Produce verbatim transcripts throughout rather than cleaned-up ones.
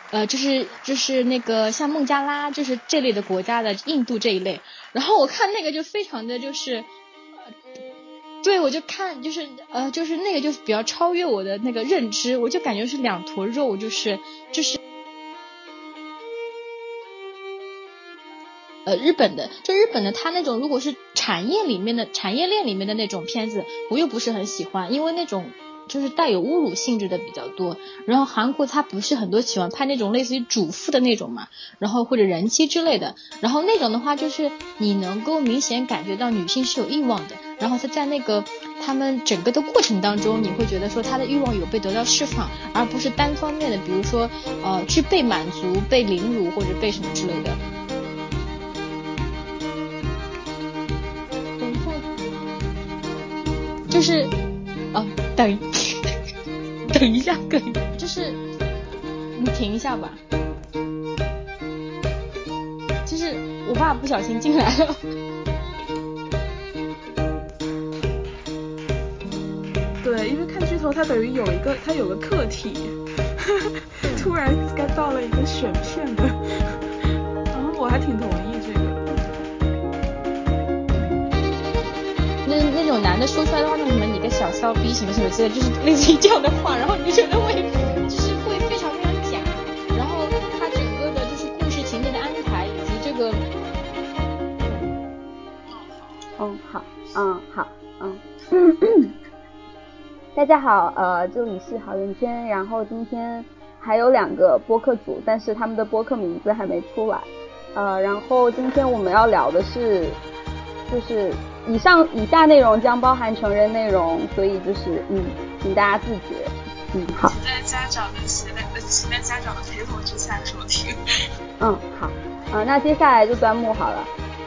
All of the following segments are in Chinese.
呃，就是就是那个像孟加拉，就是这类的国家的，印度这一类。然后我看那个就非常的就是，呃、对我就看就是呃就是那个就比较超越我的那个认知，我就感觉是两坨肉，就是就是。呃，日本的就日本的，它那种如果是产业里面的产业链里面的那种片子，我又不是很喜欢，因为那种就是带有侮辱性质的比较多。然后韩国它不是很多喜欢拍那种类似于主妇的那种嘛，然后或者人妻之类的，然后那种的话就是你能够明显感觉到女性是有欲望的，然后她在那个他们整个的过程当中，你会觉得说她的欲望有被得到释放，而不是单方面的，比如说呃去被满足、被凌辱或者被什么之类的。就是，哦，等一，等一下，可以，就是你停一下吧。就是我爸不小心进来了。 对，因为看剧透，它等于有一个，它有个客体，突然 get 到了一个选片的，然后我还挺同意这个。 那那种男的说出来的话，那什么你个小骚逼什么什么之类的，就是类似于这样的话，然后你就觉得会就是会非常非常假，然后他整个的就是故事情节的安排以及这个， 嗯好，嗯好，嗯，大家好，呃，这里是好人间，然后今天还有两个播客组，但是他们的播客名字还没出来，呃，然后今天我们要聊的是，就是以上以下内容将包含成人内容，所以就是嗯，请大家自觉，嗯好。 请在家长的携带呃，请在家长的陪同之下收听。 嗯好，呃，那接下来就端木好了。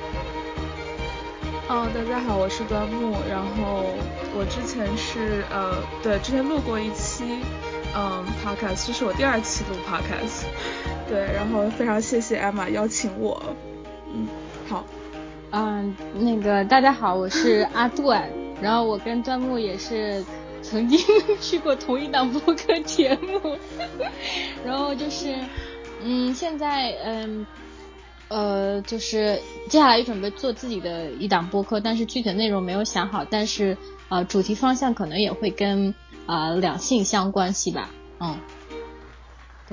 哦，大家好，我是端木，然后我之前是呃，对，之前录过一期嗯 podcast， 这是我第二期录 podcast， 对，然后非常谢谢 Emma 邀请我，嗯，好， 嗯，那个大家好，我是阿段，然后我跟端木也是曾经去过同一档播客节目，然后就是嗯，现在嗯。呃，就是接下来准备做自己的一档播客，但是具体的内容没有想好，但是呃，主题方向可能也会跟呃两性相关系吧，嗯，对，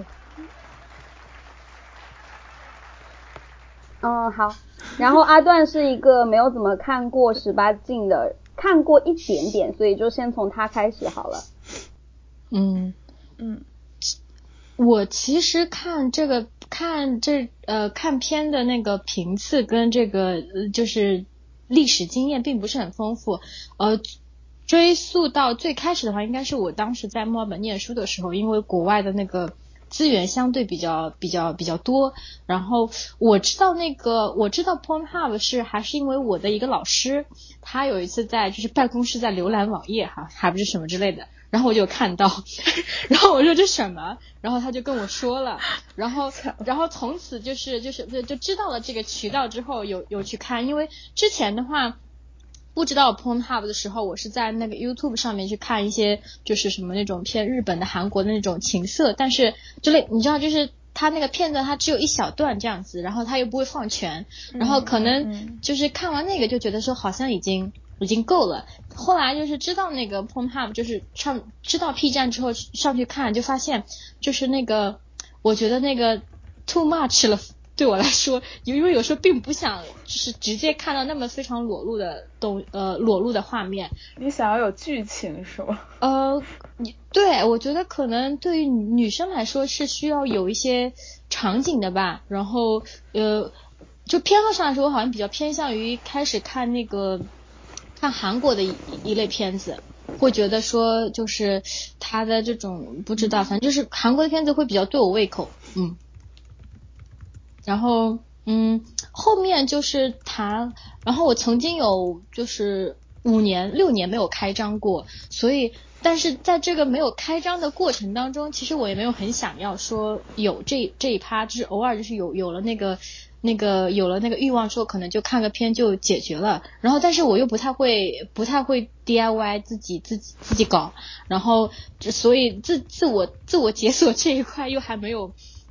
嗯好，然后阿段是一个没有怎么看过十八禁的，看过一点点，所以就先从他开始好了。 嗯嗯，我其实看这个。看这呃看片的那个频次跟这个、呃、就是历史经验并不是很丰富，呃追溯到最开始的话，应该是我当时在墨尔本念书的时候，因为国外的那个资源相对比较比较比较多，然后我知道那个我知道 Pornhub 是还是因为我的一个老师，他有一次在就是办公室在浏览网页哈，还不是什么之类的。然后我就看到，然后我说这什么？然后他就跟我说了，然后然后从此就是就是就知道了这个渠道之后有有去看，因为之前的话不知道 Pornhub 的时候，我是在那个 YouTube 上面去看一些就是什么那种偏日本的、韩国的那种情色，但是就类你知道就是他那个片段他只有一小段这样子，然后他又不会放全，然后可能就是看完那个就觉得说好像已经。已经够了。后来就是知道那个 Pornhub， 就是上知道 P 站之后上去看，就发现就是那个，我觉得那个 too much 了，对我来说，因为有时候并不想就是直接看到那么非常裸露的东呃裸露的画面。 你想要有剧情是吗？ 呃，对，我觉得可能对于女生来说是需要有一些场景的吧。然后呃，就偏好上来说，我好像比较偏向于开始看那个。看韩国的一一类片子，会觉得说就是他的这种不知道，反正就是韩国的片子会比较对我胃口，嗯。然后嗯，后面就是谈，然后我曾经有就是五年六年没有开张过，所以但是在这个没有开张的过程当中，其实我也没有很想要说有这这一趴，就是偶尔就是有有了那个。那个有了那个欲望之后，可能就看个片就解决了。然后，但是我又不太会，不太会 D I Y 自己自己自己搞。然后，所以自自我自我解锁这一块又还没有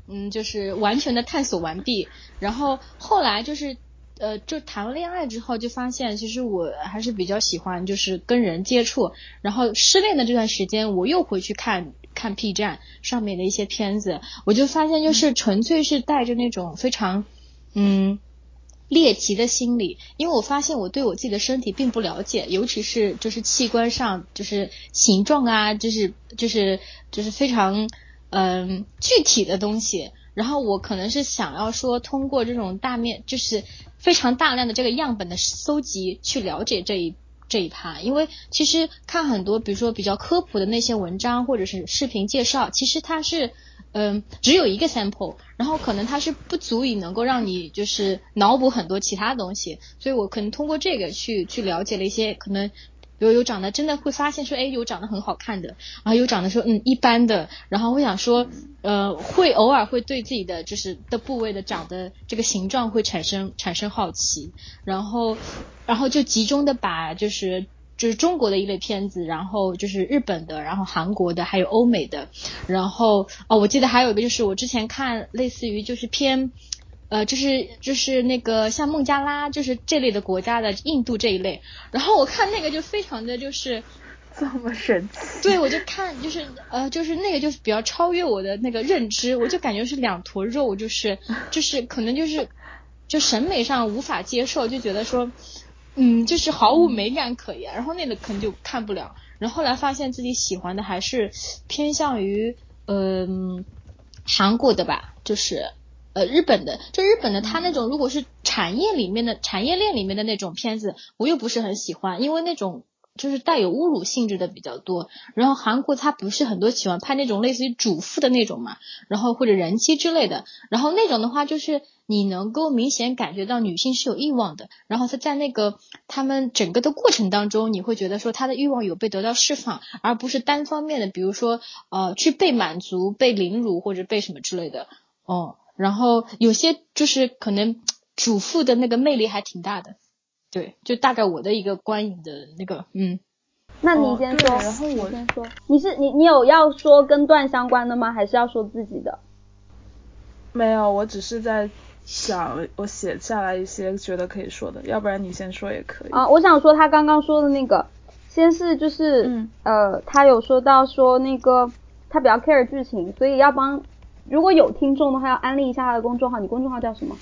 嗯，就是完全的探索完毕。然后后来就是呃，就谈了恋爱之后，就发现其实我还是比较喜欢就是跟人接触。然后失恋的这段时间，我又回去看看 P 站上面的一些片子，我就发现就是纯粹是带着那种非常嗯猎奇的心理，因为我发现我对我自己的身体并不了解，尤其是就是器官上就是形状啊，就是就是就是非常嗯、呃、具体的东西。然后我可能是想要说通过这种大面就是非常大量的这个样本的搜集去了解这一这一趴。因为其实看很多比如说比较科普的那些文章或者是视频介绍，其实它是嗯只有一个 sample， 然后可能它是不足以能够让你就是脑补很多其他东西。所以我可能通过这个去去了解了一些可能有有长得真的会发现说，哎，有长得很好看的，然后有长得说嗯一般的，然后我想说呃会偶尔会对自己的就是的部位的长的这个形状会产生产生好奇，然后然后就集中的把就是就是中国的一类片子，然后就是日本的，然后韩国的，还有欧美的。然后哦我记得还有一个就是我之前看类似于就是偏呃，就是就是那个像孟加拉，就是这类的国家的印度这一类，然后我看那个就非常的就是这么神奇。 对，我就看就是呃，就是那个就是比较超越我的那个认知，我就感觉是两坨肉，就是就是可能就是就审美上无法接受，就觉得说嗯，就是毫无美感可言，然后那个可能就看不了。然后后来发现自己喜欢的还是偏向于嗯、呃、韩国的吧，就是呃，日本的，就日本的，它那种如果是产业里面的产业链里面的那种片子，我又不是很喜欢，因为那种就是带有侮辱性质的比较多。然后韩国它不是很多喜欢拍那种类似于主妇的那种嘛，然后或者人妻之类的，然后那种的话就是你能够明显感觉到女性是有欲望的，然后她在那个他们整个的过程当中，你会觉得说她的欲望有被得到释放，而不是单方面的，比如说呃去被满足、被凌辱或者被什么之类的哦。然后有些就是可能主妇的那个魅力还挺大的，对，就大概我的一个观影的那个嗯。 那你先说， 哦、然后我你先说，你是你你有要说跟段相关的吗？还是要说自己的？ 没有，我只是在想，我写下来一些觉得可以说的，要不然你先说也可以。 啊，我想说他刚刚说的那个，先是就是、嗯、呃，他有说到说那个他比较 care 剧情，所以要帮。如果有听众的话，要安利一下他的公众号。你公众号叫什么？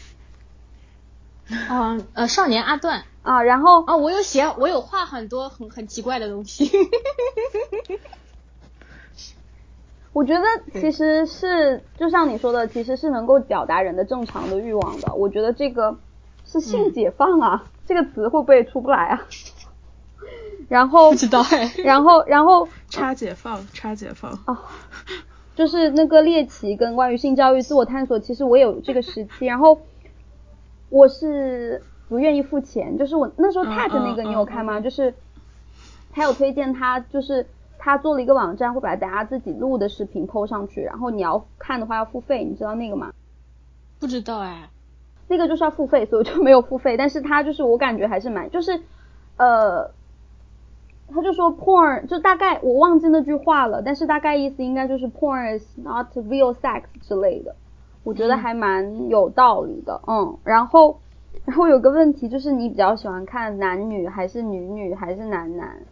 嗯呃，少年阿段啊。然后哦，我有写，我有画很多很很奇怪的东西。 我觉得其实是就像你说的，其实是能够表达人的正常的欲望的。我觉得这个是性解放啊，嗯、这个词会不会出不来啊？然后不知道哎。 然后然后插解放，插解放啊。就是那个猎奇跟关于性教育自我探索，其实我有这个时期，然后我是不愿意付钱，就是我那时候 Ted 那个你有看吗？ 嗯嗯嗯、 就是他有推荐他，就是他做了一个网站，会把大家自己录的视频 po 上去，然后你要看的话要付费，你知道那个吗？ 不知道哎。 那个就是要付费，所以我就没有付费，但是他就是我感觉还是蛮就是呃。他就说 porn 就大概我忘记那句话了，但是大概意思应该就是 porn is not real sex 之类的，我觉得还蛮有道理的。嗯, 嗯然后然后有个问题就是你比较喜欢看男女还是女女还是男男？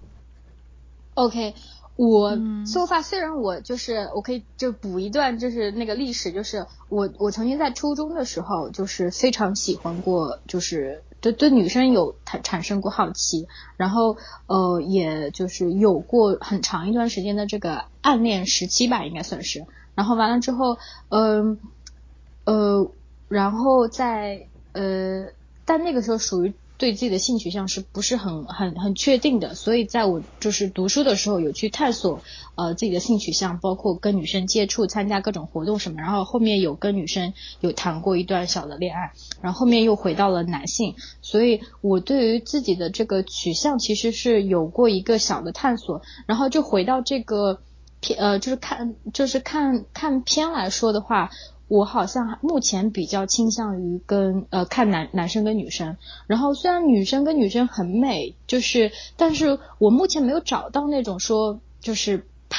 OK， 我 so far 虽然我就是我可以就补一段就是那个历史，就是我我曾经在初中的时候就是非常喜欢过，就是对对女生有产产生过好奇，然后呃也就是有过很长一段时间的这个暗恋时期吧，应该算是。然后完了之后嗯 呃, 呃然后在呃但那个时候属于对自己的性取向是不是很很很确定的，所以在我就是读书的时候有去探索呃自己的性取向，包括跟女生接触，参加各种活动什么，然后后面有跟女生有谈过一段小的恋爱，然后后面又回到了男性，所以我对于自己的这个取向其实是有过一个小的探索。然后就回到这个片呃就是看就是看看片来说的话，我好像目前比较倾向于跟呃看男男生跟女生，然后虽然女生跟女生很美，就是但是我目前没有找到那种说就是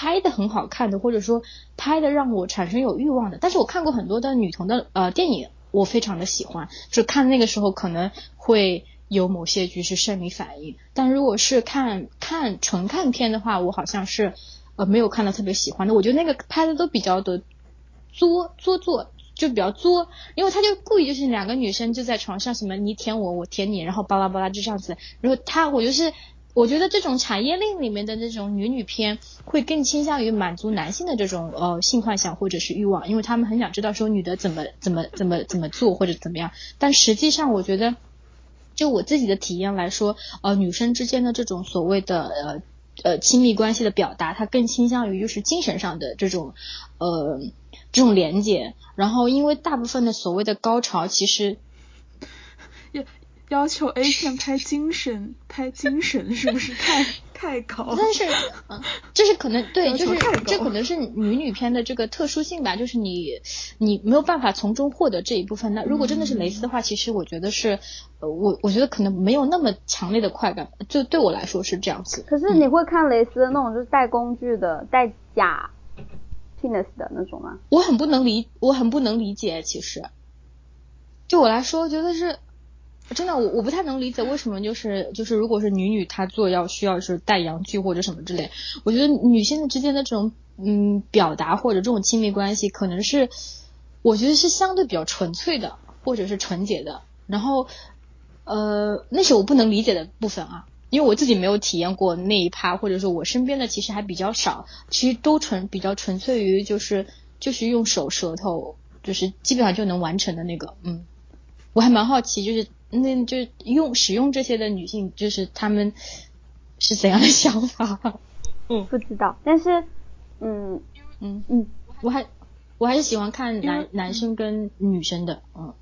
拍的很好看的，或者说拍的让我产生有欲望的。但是我看过很多的女同的呃电影，我非常的喜欢，就看那个时候可能会有某些就是生理反应。但如果是看看纯看片的话，我好像是呃没有看到特别喜欢的。我觉得那个拍的都比较的作作作。就比较作，因为他就故意就是两个女生就在床上什么你舔我我舔你，然后巴拉巴拉就这样子，然后他我就是我觉得这种产业链里面的这种女女片会更倾向于满足男性的这种呃性幻想或者是欲望，因为他们很想知道说女的怎么怎么怎么怎么做或者怎么样。但实际上我觉得就我自己的体验来说，呃女生之间的这种所谓的呃呃亲密关系的表达，它更倾向于就是精神上的这种呃这种连接。然后因为大部分的所谓的高潮其实要要求 A 片拍精神拍精神是不是太太高？ 但是嗯，这是可能对，就是这可能是女女片的这个特殊性吧，就是你你没有办法从中获得这一部分。那如果真的是蕾丝的话，嗯、其实我觉得是呃我我觉得可能没有那么强烈的快感，就对我来说是这样子。 可是你会看蕾丝的那种就是带工具的带假penis 的那种吗？ 我很不能理我很不能理解，其实对我来说觉得是真的我我不太能理解为什么就是就是如果是女女她做要需要是带阳具或者什么之类，我觉得女性之间的这种嗯表达或者这种亲密关系可能是我觉得是相对比较纯粹的或者是纯洁的，然后呃那是我不能理解的部分啊，因为我自己没有体验过那一趴，或者说我身边的其实还比较少，其实都纯比较纯粹于就是就是用手舌头就是基本上就能完成的那个。嗯，我还蛮好奇就是那就是用使用这些的女性就是她们是怎样的想法。 嗯，不知道，但是嗯嗯嗯我还我还是喜欢看男男生跟女生的。嗯，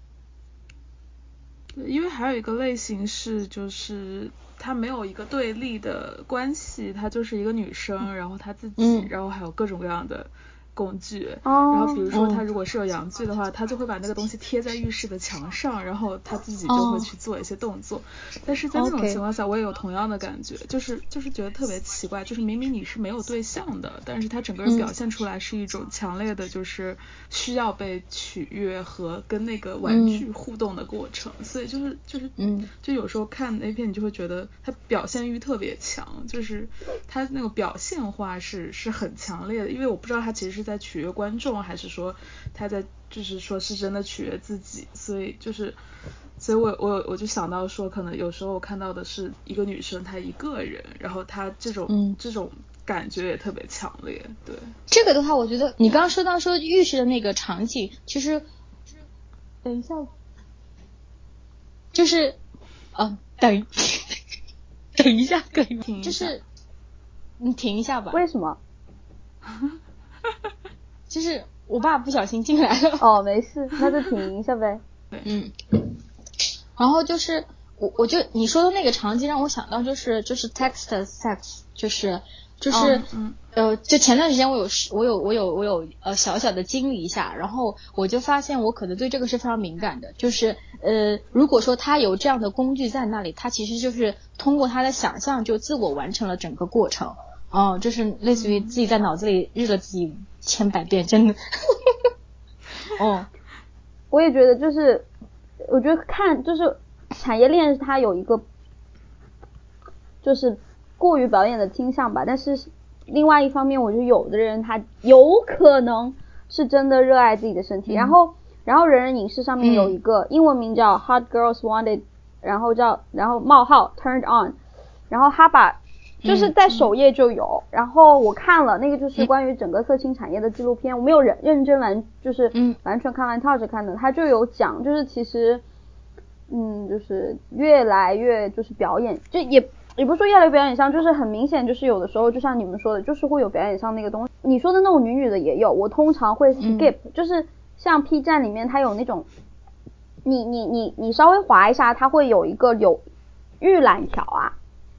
因为还有一个类型是就是她没有一个对立的关系，她就是一个女生，然后她自己、嗯、然后还有各种各样的工具、哦、然后比如说她如果是有阳具的话，她就会把那个东西贴在浴室的墙上，然后她自己就会去做一些动作、哦、但是在那种情况下我也有同样的感觉，就是就是觉得特别奇怪，就是明明你是没有对象的，但是她整个人表现出来是一种强烈的就是需要被取悦和跟那个玩具互动的过程、嗯、所以就是就是嗯，就有时候看 A 片你就会觉得它表现欲特别强，就是它那个表现化是是很强烈的，因为我不知道它其实是在取悦观众还是说它在就是说是真的取悦自己，所以就是所以我我我就想到说可能有时候我看到的是一个女生她一个人，然后她这种、嗯、这种感觉也特别强烈。对这个的话我觉得你刚刚说到说浴室的那个场景，其实等一下就是呃等等一下可以吗？就是你停一下吧。 为什么？ 就是我爸不小心进来了。 哦，没事，那就停一下呗。 嗯，然后就是我我就你说的那个场景让我想到就是就是 text sex 就是就是、哦嗯、呃就前段时间我有我有我有我有呃小小的经历一下，然后我就发现我可能对这个是非常敏感的，就是呃如果说他有这样的工具在那里，他其实就是通过他的想象就自我完成了整个过程。哦，就是类似于自己在脑子里日了自己千百遍，真的。哦， 我也觉得就是，我觉得看就是产业链它有一个就是过于表演的倾向吧，但是另外一方面，我觉得有的人他有可能是真的热爱自己的身体，嗯、然后然后人人影视上面有一个、嗯、英文名叫 Hot Girls Wanted， 然后叫然后冒号 Turned On， 然后他把就是在首页就有、嗯、然后我看了那个就是关于整个色情产业的纪录片、嗯、我没有认认真完就是完全看完套着看的，他就有讲就是其实嗯就是越来越就是表演就也也不是说越来越表演上，就是很明显就是有的时候就像你们说的就是会有表演上那个东西，你说的那种女女的也有，我通常会 skip、嗯、就是像 P 站里面它有那种你你你你稍微滑一下它会有一个有预览条啊，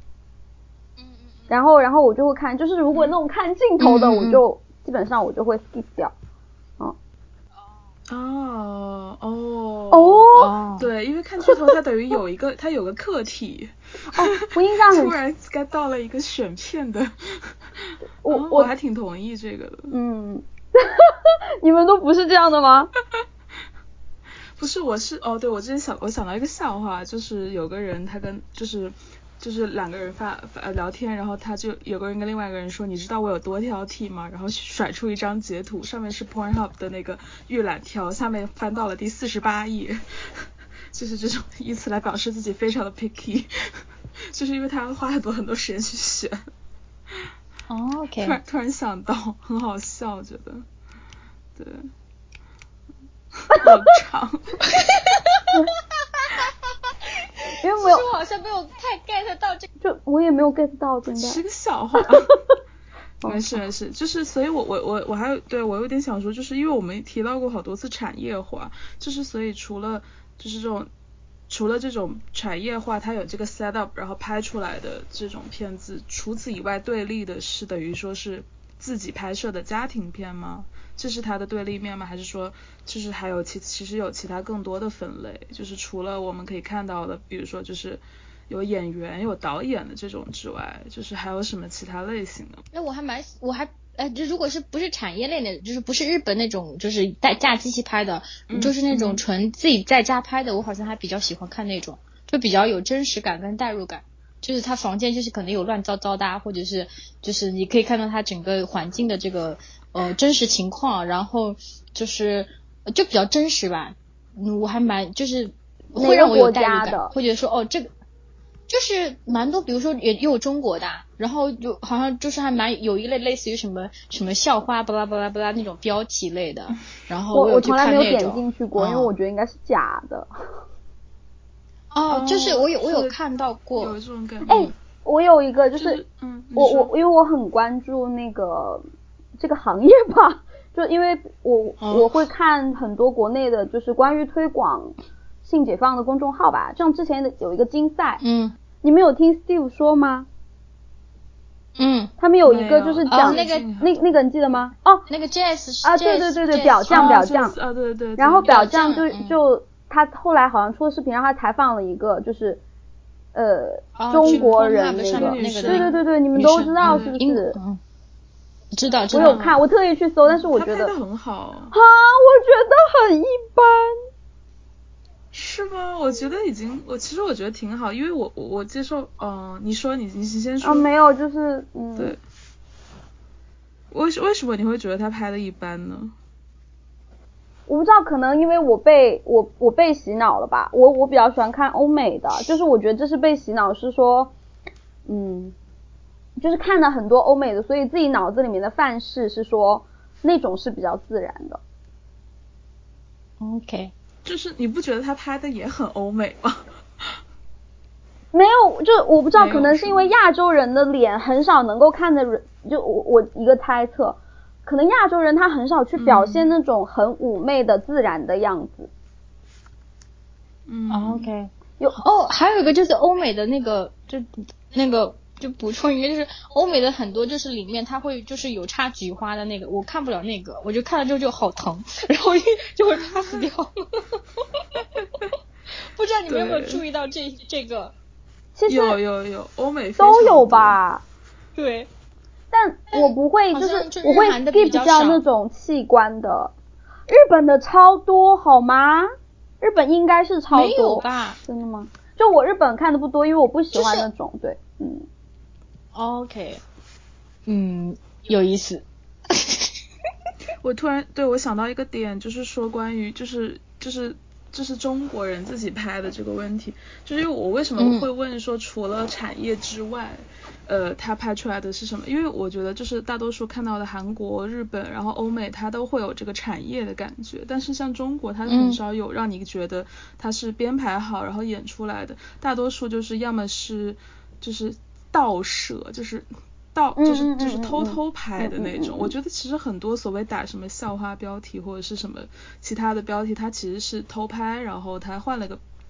然后然后我就会看，就是如果那种看镜头的、嗯、我就、嗯、基本上我就会 skip 掉。嗯， 哦哦哦， 对，因为看剧透它等于有一个它有个客体， 哦，我印象很突然该到了一个选片的， 我、 哦、我还挺同意这个的。 嗯，你们都不是这样的吗？ 不是，我是哦，对，我之前想我想到一个笑话，就是有个人他跟就是就是两个人发发聊天，然后他就有个人跟另外一个人说，你知道我有多挑剔吗？然后甩出一张截图，上面是 Pornhub 的那个预览条，下面翻到了第四十八页，就是这种以此来表示自己非常的 picky， 就是因为他要花很多很多时间去选。 哦 ，OK， 突然突然想到，很好笑，我觉得，对。好长， 因为我我好像没有太 get 到这个， 就我也没有 get 到，真的是个笑话。没事没事，就是所以我我我我还有对我有点想说，就是因为我们提到过好多次产业化，就是所以除了就是这种除了这种产业化，它有这个 set up， 然后拍出来的这种片子，除此以外对立的是等于说是自己拍摄的家庭片吗？这是它的对立面吗？还是说就是还有其其实有其他更多的分类，就是除了我们可以看到的，比如说就是有演员有导演的这种之外，就是还有什么其他类型的？ 那我还蛮我还哎，就如果是不是产业类的，就是不是日本那种就是带架机器拍的、嗯、就是那种纯自己在家拍的、嗯、我好像还比较喜欢看那种，就比较有真实感跟代入感，就是他房间就是可能有乱糟糟的，或者是就是你可以看到他整个环境的这个呃真实情况，然后就是就比较真实吧。嗯，我还蛮就是会让我有代入感，会觉得说哦这个就是蛮多，比如说也有中国的，然后就好像就是还蛮有一类类似于什么什么校花巴拉巴拉巴拉那种标题类的，然后我有去看那种。 我从来没有点进去过、嗯，因为我觉得应该是假的。 哦，就是我有我有看到过， 有这种感觉。 哎，我有一个就是， 就是、嗯， 我我因为我很关注那个这个行业吧，就因为我、哦、我会看很多国内的，就是关于推广性解放的公众号吧，像之前的有一个竞赛， 嗯， 你们有听 Steve 说吗？ 嗯， 他们有一个就是讲、 哦、那个那那个你记得吗？哦， 那个 Jazz 啊，对对对对，表匠表匠啊，对对对， 然后表匠就、 嗯、 就他后来好像出了视频，然后他采访了一个就是呃、哦、中国人那个， 那个对对对对，你们都知道是不是？ 嗯，知道知道。 我有看，我特意去搜，但是我觉得他拍得很好啊， 我觉得很一般。 是吗？我觉得已经，我其实我觉得挺好，因为我我我接受，嗯、呃，你说你你先说。 啊，没有，就是嗯。 对。为为什么你会觉得他拍的一般呢？ 我不知道，可能因为我被我我被洗脑了吧。我我比较喜欢看欧美的，就是我觉得这是被洗脑，是说，嗯，就是看了很多欧美的，所以自己脑子里面的范式是说那种是比较自然的。 OK。 就是你不觉得他拍的也很欧美吗？ 没有，就我不知道，可能是因为亚洲人的脸很少能够看的，就我我一个猜测，可能亚洲人他很少去表现那种很妩媚的自然的样子。 嗯 ，OK。有哦，还有一个就是欧美的那个，就那个就补充一个，就是欧美的很多就是里面它会就是有插菊花的那个，我看不了那个，我就看了之后就好疼，然后就会 pass 掉。不知道你们有没有注意到这这个？ 其实有有有，欧美都有吧。 对， 但我不会，就是我会 skip 掉那种器官的。日本的超多好吗？日本应该是超多。 没有吧？ 真的吗？就我日本看的不多，因为我不喜欢那种，就是、对，嗯。 OK， 嗯，有意思。 我突然对我想到一个点，就是说关于就是就是就是中国人自己拍的这个问题，就是因为我为什么会问说除了产业之外，嗯、呃，他拍出来的是什么？因为我觉得就是大多数看到的韩国、日本，然后欧美，它都会有这个产业的感觉，但是像中国，它很少有让你觉得它是编排好然后演出来的，大多数就是要么是就是盗摄，就是盗就是就是偷偷拍的那种。我觉得其实很多所谓打什么校花标题或者是什么其他的标题，它其实是偷拍，然后它换了个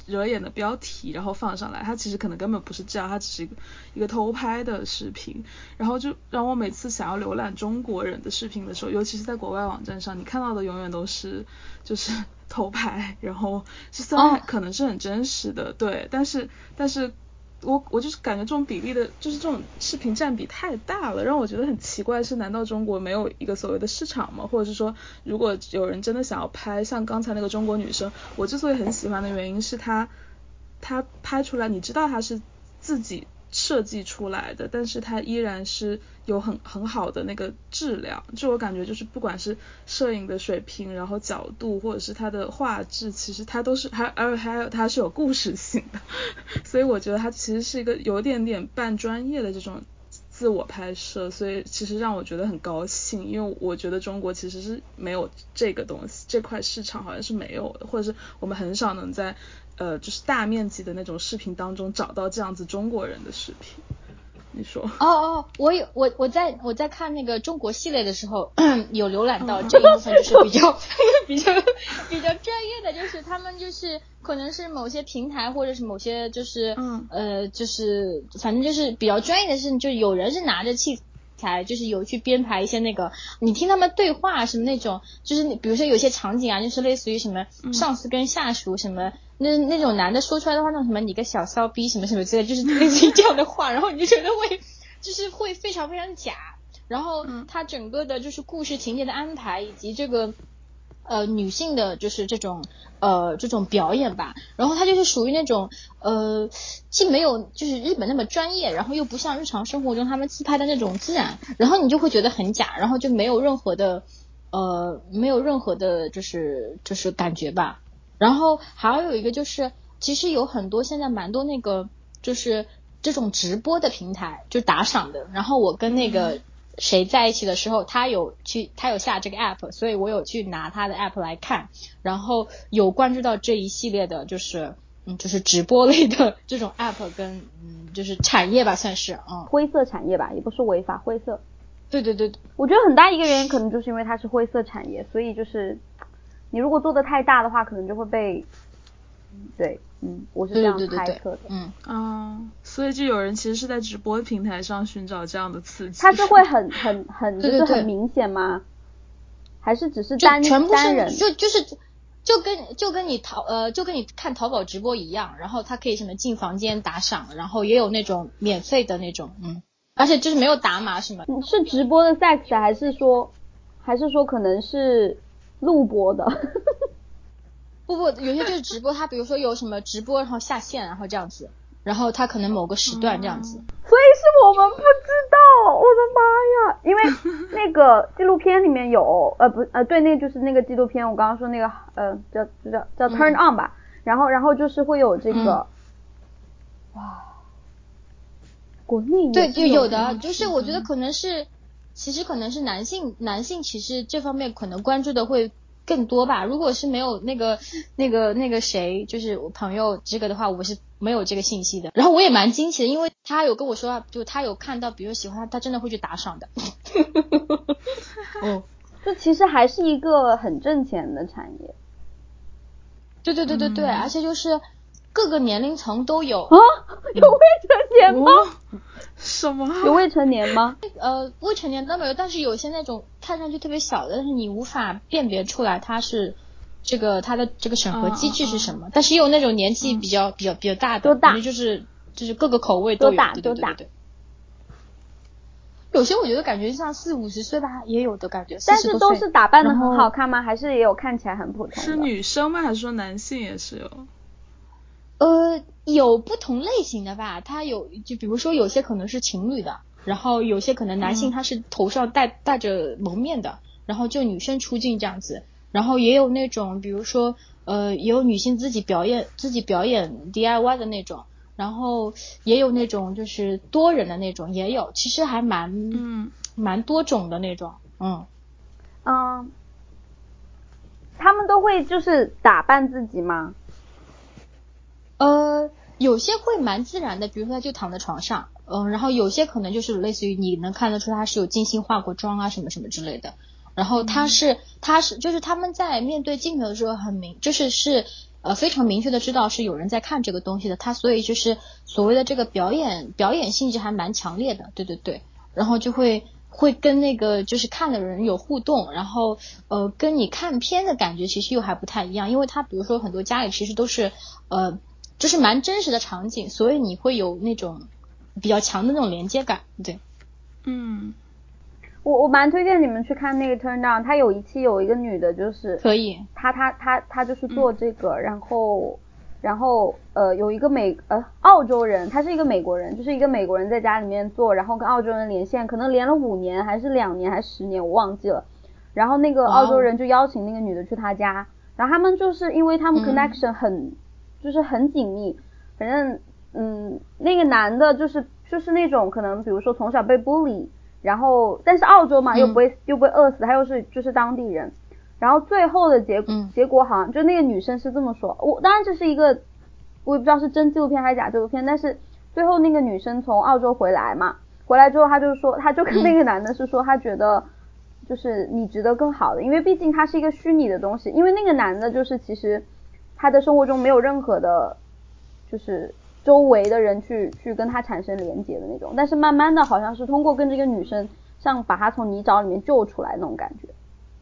惹眼的标题然后放上来，它其实可能根本不是这样，它只是一个一个偷拍的视频，然后就让我每次想要浏览中国人的视频的时候，尤其是在国外网站上，你看到的永远都是就是偷拍，然后是虽然可能是很真实的、哦、对，但是但是我我就是感觉这种比例的就是这种视频占比太大了，让我觉得很奇怪，是难道中国没有一个所谓的市场吗？或者是说如果有人真的想要拍像刚才那个中国女生，我之所以很喜欢的原因是她她拍出来你知道她是自己设计出来的，但是它依然是有很很好的那个质量，就我感觉就是不管是摄影的水平，然后角度或者是它的画质，其实它都是还而还有它是有故事性的，所以我觉得它其实是一个有点点半专业的这种自我拍摄，所以其实让我觉得很高兴，因为我觉得中国其实是没有这个东西，这块市场好像是没有的，或者是我们很少能在呃就是大面积的那种视频当中找到这样子中国人的视频。你说？ 哦哦，我有我我在我在看那个中国系列的时候，有浏览到这一部分，就是比较比较比较专业的，就是他们就是可能是某些平台或者是某些就是嗯呃就是反正就是比较专业的事情，就是有人是拿着器材，就是有去编排一些那个，你听他们对话什么那种，就是你比如说有些场景啊，就是类似于什么上司跟下属什么。嗯那那种男的说出来的话，那种什么你个小骚逼什么什么之类，就是类似于这样的话，然后你就觉得会就是会非常非常假，然后他整个的就是故事情节的安排以及这个呃女性的就是这种呃这种表演吧，然后他就是属于那种呃既没有就是日本那么专业，然后又不像日常生活中他们自拍的那种自然，然后你就会觉得很假，然后就没有任何的呃没有任何的就是就是感觉吧。然后还有一个就是，其实有很多现在蛮多那个就是这种直播的平台，就打赏的。然后我跟那个谁在一起的时候，他有去他有下这个 app， 所以我有去拿他的 app 来看，然后有关注到这一系列的，就是嗯就是直播类的这种 app 跟嗯就是产业吧，算是嗯灰色产业吧，也不是违法，灰色。 对对对， 我觉得很大一个原因可能就是因为它是灰色产业，所以就是。你如果做的太大的话，可能就会被，对，嗯，我是这样猜测的， 嗯啊，所以就有人其实是在直播平台上寻找这样的刺激。 它是会很很很就是很明显吗？ 对对对， 还是只是单全部是单人？ 就就是就跟就跟你淘呃就跟你看淘宝直播一样，然后它可以什么进房间打赏，然后也有那种免费的那种，嗯，而且就是没有打码什么。 是直播的 sex 还是说还是说可能是？录播的不不，有些就是直播，他比如说有什么直播然后下线然后这样子，然后他可能某个时段这样子、 嗯、所以是我们不知道，我的妈呀，因为那个纪录片里面有呃不呃对，那个就是那个纪录片我刚刚说那个呃叫叫叫 Turn On 吧、嗯、然后然后就是会有这个、嗯、哇国内也对就有的、 嗯、 就是我觉得可能是其实可能是男性男性其实这方面可能关注的会更多吧，如果是没有那个那个那个谁就是我朋友这个的话，我是没有这个信息的，然后我也蛮惊奇的，因为他有跟我说就他有看到比如喜欢他他真的会去打赏的哦，这其实还是一个很挣钱的产业， 对对对对对、嗯、而且就是各个年龄层都有啊，有未成年吗、 嗯哦、什么有未成年吗？ 呃未成年都没有，但是有些那种看上去特别小的，但是你无法辨别出来它是这个它的这个审核机制是什么、嗯、但是也有那种年纪比较、嗯、比较比较大的， 多大？ 就是就是各个口味都有， 多大对对对对对，有些我觉得感觉像四五十岁吧，也有的感觉， 但是都是打扮的很好看吗？还是也有看起来很普通的？ 是女生吗？还是说男性也是有？ 呃，有不同类型的吧，他有就比如说有些可能是情侣的，然后有些可能男性他是头上戴、嗯、戴着蒙面的，然后就女生出镜这样子，然后也有那种比如说呃也有女性自己表演自己表演 D I Y 的那种，然后也有那种就是多人的那种也有，其实还蛮嗯蛮多种的那种，嗯嗯，他们都会就是打扮自己吗？ 呃，有些会蛮自然的，比如说他就躺在床上，嗯、呃，然后有些可能就是类似于你能看得出他是有精心化过妆啊什么什么之类的，然后他是、嗯、他是就是他们在面对镜头的时候很明，就是是呃非常明确的知道是有人在看这个东西的，他所以就是所谓的这个表演表演性质还蛮强烈的，对对对，然后就会会跟那个就是看的人有互动，然后呃跟你看片的感觉其实又还不太一样，因为他比如说很多家里其实都是呃就是蛮真实的场景，所以你会有那种比较强的那种连接感，对。 嗯， 我我蛮推荐你们去看那个 Turn Down， 他有一期有一个女的就是可以， 她她她她就是做这个，嗯、然后然后呃有一个美呃澳洲人，他是一个美国人，就是一个美国人在家里面做，然后跟澳洲人连线，可能连了五年还是两年还是十年我忘记了，然后那个澳洲人就邀请那个女的去他家，然后他们就是因为他们 connection 很、嗯、就是很紧密，反正嗯那个男的就是就是那种可能比如说从小被 bully， 然后但是澳洲嘛又不会、嗯、又不会饿死，他又是就是当地人，然后最后的结果、嗯、结果好像就那个女生是这么说，我当然这是一个我也不知道是真纪录片还是假纪录片，但是最后那个女生从澳洲回来嘛，回来之后她就说她就跟那个男的是说她觉得就是你值得更好的，因为毕竟它是一个虚拟的东西，因为那个男的就是其实他的生活中没有任何的就是周围的人去去跟他产生连结的那种，但是慢慢的好像是通过跟这个女生像把他从泥沼里面救出来那种感觉，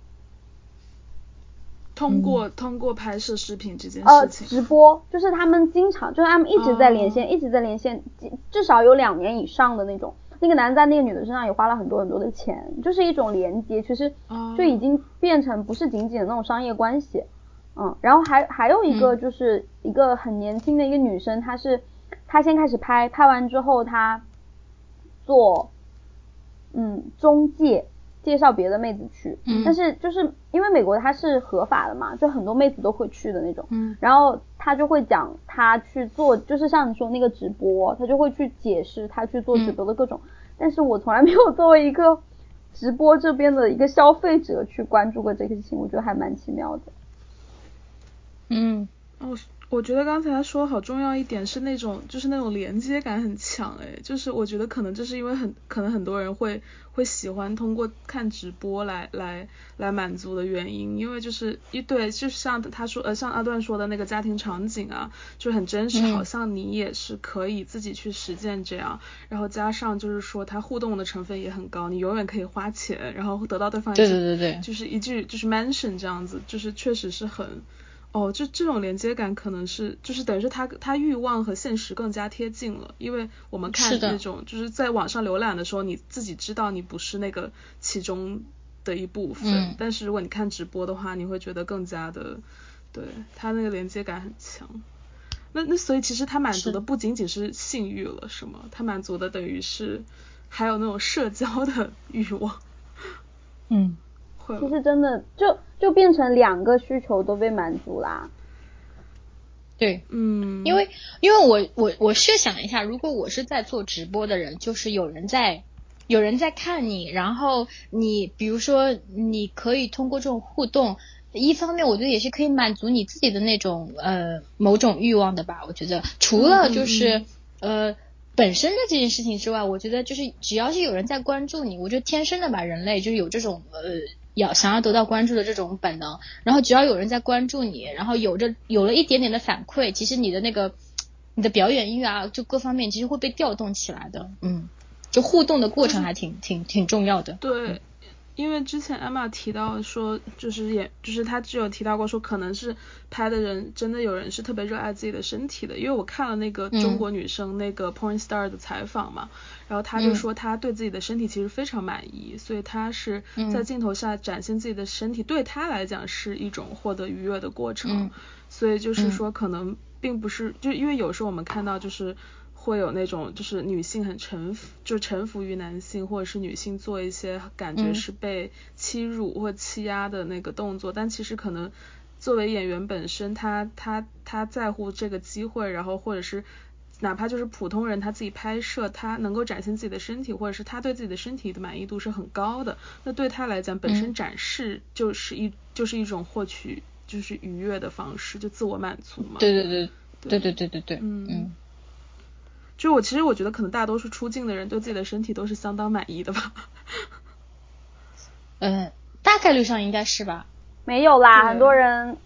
通过、嗯、通过拍摄视频这件事情呃直播，就是他们经常就是他们一直在连线、哦、一直在连线，至少有两年以上的那种，那个男在那个女的身上也花了很多很多的钱，就是一种连接，其实就已经变成不是仅仅的那种商业关系。嗯，然后还还有一个就是一个很年轻的一个女生，她是她先开始拍，拍完之后她做嗯中介，介绍别的妹子去，嗯，但是就是因为美国它是合法的嘛，就很多妹子都会去的那种，嗯，然后她就会讲她去做，就是像你说那个直播，她就会去解释她去做直播的各种，嗯，但是我从来没有作为一个直播这边的一个消费者去关注过这个事情，我觉得还蛮奇妙的。 嗯， 哦，我觉得刚才他说好重要一点是那种就是那种连接感很强诶，就是我觉得可能这是因为很可能很多人会会喜欢通过看直播来来来满足的原因，因为就是一对就像他说呃像阿段说的那个家庭场景啊，就很真实，嗯，好像你也是可以自己去实践这样，然后加上就是说他互动的成分也很高，你永远可以花钱然后得到对方一句对对对对就是一句就是 mention 这样子，就是确实是很哦，就这种连接感可能是就是等于是他他欲望和现实更加贴近了，因为我们看那种就是在网上浏览的时候，你自己知道你不是那个其中的一部分，嗯，但是如果你看直播的话，你会觉得更加的，对，他那个连接感很强。那那所以其实他满足的不仅仅是性欲了，是吗？他满足的等于是还有那种社交的欲望。 嗯。 其实真的就就变成两个需求都被满足啦。 对， 嗯， 因为因为我我我设想一下，如果我是在做直播的人，就是有人在有人在看你，然后你比如说你可以通过这种互动，一方面我觉得也是可以满足你自己的那种呃某种欲望的吧。我觉得除了就是嗯嗯嗯呃本身的这件事情之外，我觉得就是只要是有人在关注你，我觉得天生的吧，人类就是有这种呃要想要得到关注的这种本能，然后只要有人在关注你，然后有着有了一点点的反馈，其实你的那个你的表演欲啊，就各方面其实会被调动起来的。嗯，就互动的过程还挺、就是、挺挺重要的。 对。 嗯， 因为之前 Emma 提到说就是也就是她只有提到过说可能是拍的人真的有人是特别热爱自己的身体的，因为我看了那个中国女生那个 porn star 的采访嘛、嗯、然后她就说她对自己的身体其实非常满意、嗯、所以她是在镜头下展现自己的身体、嗯、对她来讲是一种获得愉悦的过程、嗯、所以就是说可能并不是就因为有时候我们看到就是会有那种就是女性很臣服就臣服于男性，或者是女性做一些感觉是被欺辱或欺压的那个动作、嗯、但其实可能作为演员本身他他他在乎这个机会，然后或者是哪怕就是普通人他自己拍摄他能够展现自己的身体，或者是他对自己的身体的满意度是很高的，那对他来讲本身展示就是一、嗯、就是一种获取就是愉悦的方式，就自我满足嘛。 对对对对对对对对嗯嗯，就我其实我觉得可能大多数出镜的人对自己的身体都是相当满意的吧。 嗯，大概率上应该是吧。 没有啦，很多人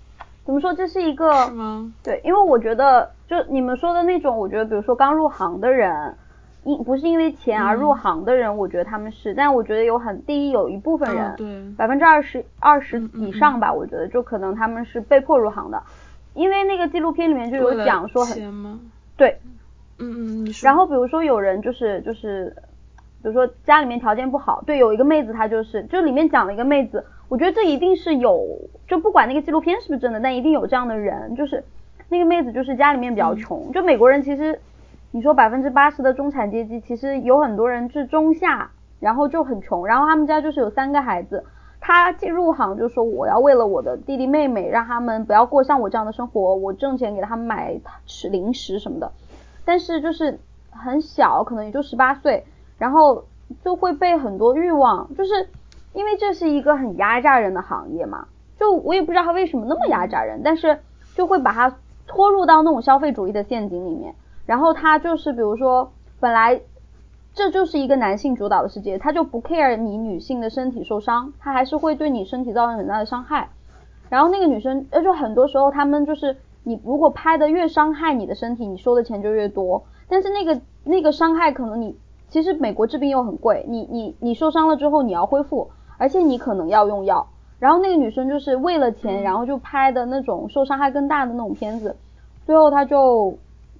怎么说，这是一个是吗？ 对，因为我觉得就你们说的那种，我觉得比如说刚入行的人，因不是因为钱而入行的人，嗯、我觉得他们是，但我觉得有很第一有一部分人，百分之二十二十以上吧、嗯嗯，我觉得就可能他们是被迫入行的，因为那个纪录片里面就有讲说很钱吗？ 对， 嗯嗯，你说。 然后比如说有人就是就是。比如说家里面条件不好，对，有一个妹子她就是就里面讲了一个妹子，我觉得这一定是有，就不管那个纪录片是不是真的，但一定有这样的人，就是那个妹子就是家里面比较穷、嗯、就美国人其实你说百分之八十的中产阶级其实有很多人是中下，然后就很穷，然后他们家就是有三个孩子，他进入行就说我要为了我的弟弟妹妹让他们不要过像我这样的生活，我挣钱给他们买吃零食什么的，但是就是很小，可能也就十八岁，然后就会被很多欲望，就是因为这是一个很压榨人的行业嘛，就我也不知道他为什么那么压榨人，但是就会把他拖入到那种消费主义的陷阱里面，然后他就是比如说本来这就是一个男性主导的世界，他就不 care 你女性的身体受伤，他还是会对你身体造成很大的伤害，然后那个女生呃就很多时候他们就是你如果拍的越伤害你的身体，你收的钱就越多，但是那个那个伤害可能你其实美国治病又很贵，你你你受伤了之后你要恢复，而且你可能要用药，然后那个女生就是为了钱、嗯、然后就拍的那种受伤害更大的那种片子，最后她就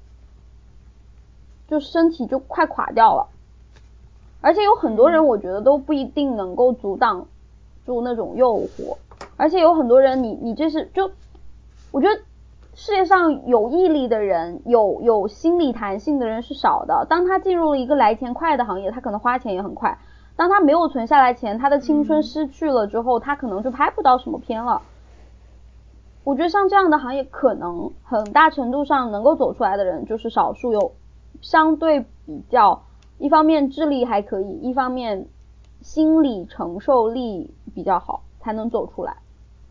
就身体就快垮掉了，而且有很多人我觉得都不一定能够阻挡住那种诱惑，而且有很多人你你这是就我觉得世界上有毅力的人，有有心理弹性的人是少的，当他进入了一个来钱快的行业，他可能花钱也很快，当他没有存下来钱，他的青春失去了之后、嗯、他可能就拍不到什么片了。我觉得像这样的行业可能很大程度上能够走出来的人就是少数，有相对比较一方面智力还可以，一方面心理承受力比较好才能走出来。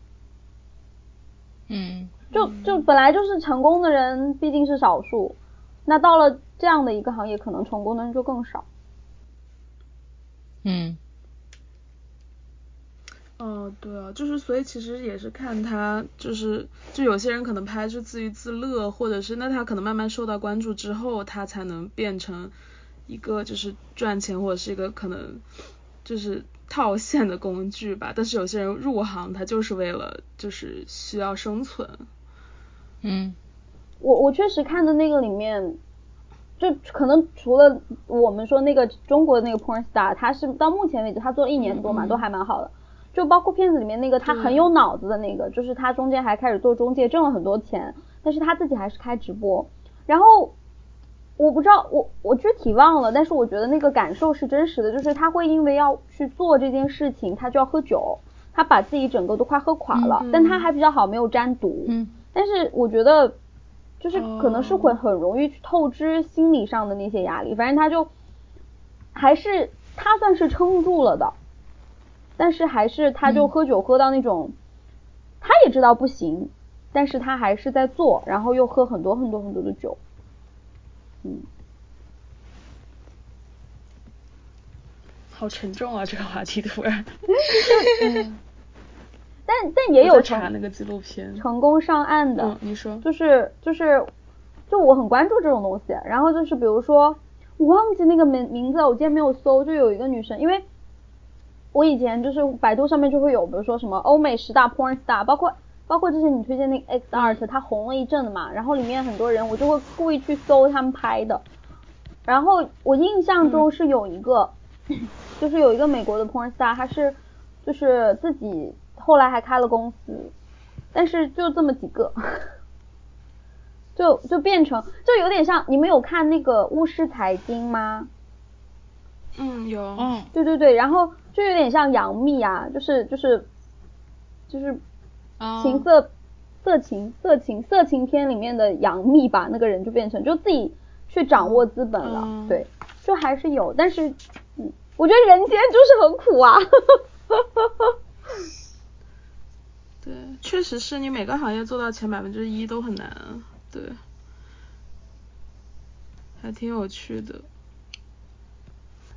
嗯， 就就本来就是成功的人毕竟是少数，那到了这样的一个行业可能成功的人就更少。 嗯哦，对啊，就是所以其实也是看他就是就有些人可能拍是自娱自乐，或者是那他可能慢慢受到关注之后他才能变成一个就是赚钱或者是一个可能就是套现的工具吧，但是有些人入行他就是为了就是需要生存。 嗯， 我我确实看的那个里面就可能除了我们说那个中国的那个 porn star 他是到目前为止他做了一年多嘛、嗯、都还蛮好的，就包括片子里面那个他很有脑子的那个，就是他中间还开始做中介挣了很多钱，但是他自己还是开直播，然后我不知道我我具体忘了，但是我觉得那个感受是真实的，就是他会因为要去做这件事情他就要喝酒，他把自己整个都快喝垮了、嗯、但他还比较好没有沾毒， 嗯， 但是我觉得就是可能是会很容易去透支心理上的那些压力，反正他就还是他算是撑住了的，但是还是他就喝酒喝到那种、嗯、他也知道不行，但是他还是在做，然后又喝很多很多很多的酒。嗯， 好沉重啊这个话题突然嗯，但但也有成查那个纪录片成功上岸的、 嗯、你说就是就是就我很关注这种东西，然后就是比如说我忘记那个名名字我今天没有搜，就有一个女生，因为我以前就是百度上面就会有比如说什么欧美十大 porn star， 包括包括之前你推荐那个 X Art、嗯、他红了一阵的嘛，然后里面很多人我就会故意去搜他们拍的，然后我印象中是有一个、嗯、就是有一个美国的 porn star， 他是就是自己后来还开了公司，但是就这么几个就就变成就有点像，你们有看那个巫师财经吗？ 嗯，有。 嗯， 对对对，然后就有点像杨幂啊，就是就是就是情色、哦、色情色情色情片里面的杨幂吧，那个人就变成就自己去掌握资本了、嗯、对，就还是有，但是嗯，我觉得人间就是很苦啊对，确实是你每个行业做到前百分之一都很难啊，对，还挺有趣的。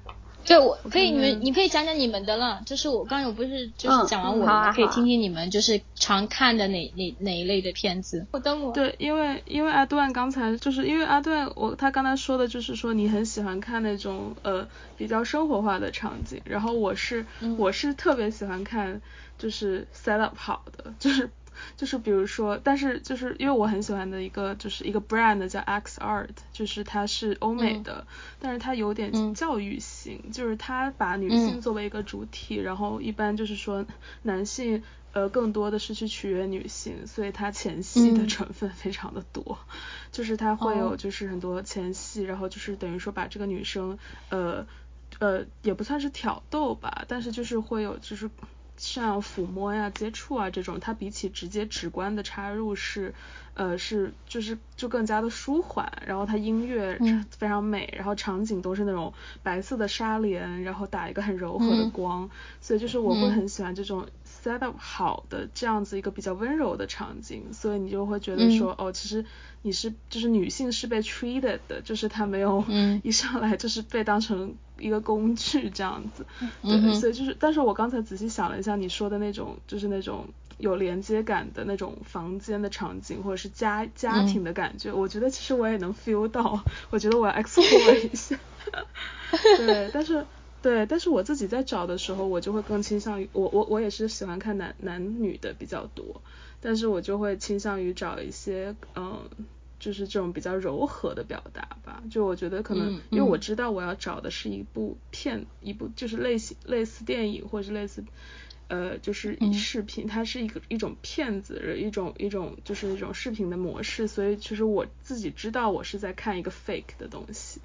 对，我可以，你们你可以讲讲你们的了。就是我刚有不是就是讲完我的吗？ 嗯、 可以听听你们就是常看的哪哪哪一类的片子。我等我。 对，因为因为阿段刚才就是因为阿段我他刚才说的就是说你很喜欢看那种呃比较生活化的场景，然后我是、嗯、我是特别喜欢看就是 set up 好的，就是就是比如说，但是就是因为我很喜欢的一个就是一个 brand 叫 X Art， 就是它是欧美的、嗯、但是它有点教育性、嗯、就是它把女性作为一个主体、嗯、然后一般就是说男性呃更多的是去取悦女性，所以它前戏的成分非常的多、嗯、就是它会有就是很多前戏、哦、然后就是等于说把这个女生呃呃也不算是挑逗吧，但是就是会有就是像抚摸呀、接触啊这种，它比起直接直观的插入是，呃是就是就更加的舒缓，然后它音乐非常美、嗯，然后场景都是那种白色的纱帘，然后打一个很柔和的光、嗯，所以就是我会很喜欢这种 set up 好的这样子一个比较温柔的场景，所以你就会觉得说、嗯、哦，其实你是就是女性是被 treated 的，就是她没有一上来就是被当成一个工具这样子，对、嗯，所以就是但是我刚才仔细想了一下你说的那种就是那种有连接感的那种房间的场景或者是家家庭的感觉、嗯、我觉得其实我也能 feel 到，我觉得我要 explore 一下对，但是对，但是我自己在找的时候我就会更倾向于我我我也是喜欢看男男女的比较多，但是我就会倾向于找一些嗯就是这种比较柔和的表达吧，就我觉得可能、嗯、因为我知道我要找的是一部片、嗯、一部就是类型类似电影或者是类似呃就是视频、嗯、它是一个一种片子一种一种就是一种视频的模式，所以其实我自己知道我是在看一个 fake 的东西。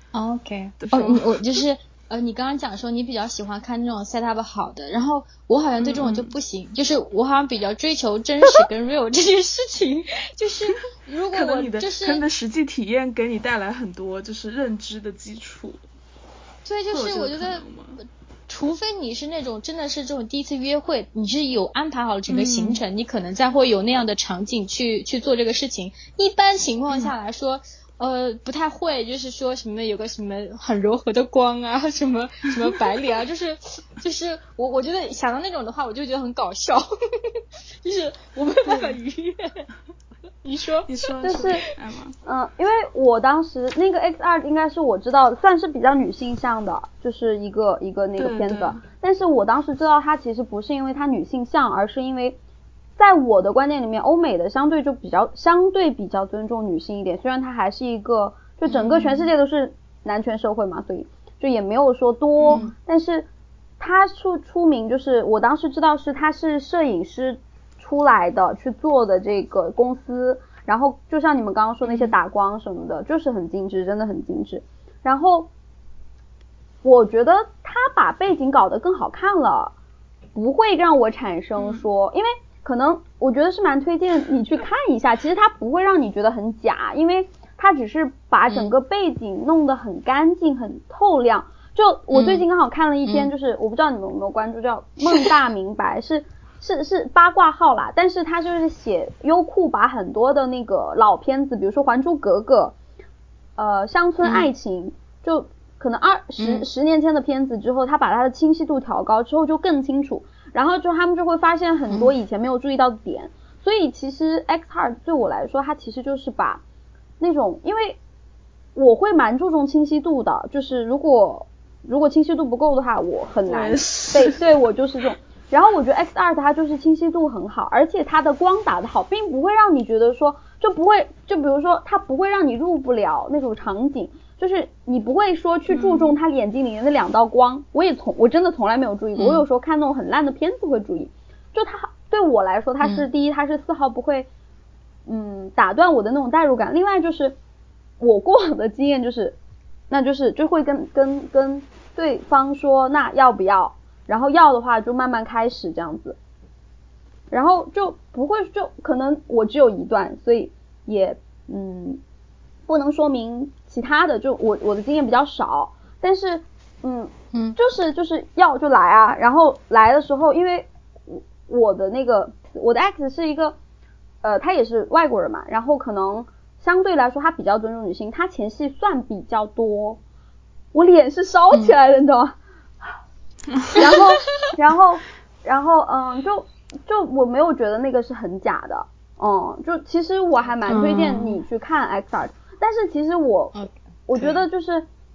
OK 哦，我就是呃，你刚刚讲说你比较喜欢看那种 set up 好的，然后我好像对这种就不行，嗯、就是我好像比较追求真实跟 real 这件事情，就是如果我就是可能你的可能你的实际体验给你带来很多就是认知的基础。 对，就是我觉得除非你是那种真的是这种第一次约会，你是有安排好了整个行程、嗯、你可能才会有那样的场景去去做这个事情，一般情况下来说、嗯、呃不太会，就是说什么有个什么很柔和的光啊，什么什么白脸啊就是就是我我觉得想到那种的话我就觉得很搞笑就是我没办法愉悦你说你说就是嗯、呃，因为我当时那个 X 二 应该是我知道算是比较女性向的，就是一个一个那个片子，但是我当时知道它其实不是因为它女性向，而是因为在我的观念里面欧美的相对就比较相对比较尊重女性一点，虽然它还是一个就整个全世界都是男权社会嘛、嗯、所以就也没有说多、嗯、但是它出出名就是我当时知道是他是摄影师出来的去做的这个公司，然后就像你们刚刚说那些打光什么的、嗯、就是很精致，真的很精致，然后我觉得他把背景搞得更好看了，不会让我产生说、嗯、因为可能我觉得是蛮推荐你去看一下，其实它不会让你觉得很假，因为它只是把整个背景弄得很干净、嗯、很透亮。就我最近刚好看了一篇、嗯、就是我不知道你们有没有关注叫梦大明白是是是八卦号啦，但是他就是写优酷把很多的那个老片子比如说还珠格格呃乡村爱情、嗯、就可能二十、嗯、十年前的片子之后他把它的清晰度调高之后就更清楚，然后就他们就会发现很多以前没有注意到的点、嗯、所以其实 X Hard 对我来说它其实就是把那种因为我会蛮注重清晰度的，就是如果如果清晰度不够的话我很难对对我就是这种，然后我觉得 X Art 它就是清晰度很好，而且它的光打得好，并不会让你觉得说就不会就比如说它不会让你入不了那种场景，就是你不会说去注重他眼睛里面的两道光、嗯、我也从我真的从来没有注意过、嗯、我有时候看那种很烂的片子会注意，就它对我来说它是、嗯、第一它是丝毫不会嗯打断我的那种代入感，另外就是我过往的经验就是那就是就会跟跟跟对方说那要不要，然后要的话就慢慢开始这样子，然后就不会就可能我只有一段，所以也嗯不能说明其他的，就我我的经验比较少，但是嗯嗯就是就是要就来啊，然后来的时候因为我的那个我的 X 是一个呃他也是外国人嘛，然后可能相对来说他比较尊重女性，他前戏算比较多， 我脸是烧起来的，嗯、你知道吗？然后然后然后嗯，就就我没有觉得那个是很假的，嗯，就其实我还蛮推荐你去看 X R，、嗯、但是其实我、okay. 我觉得就是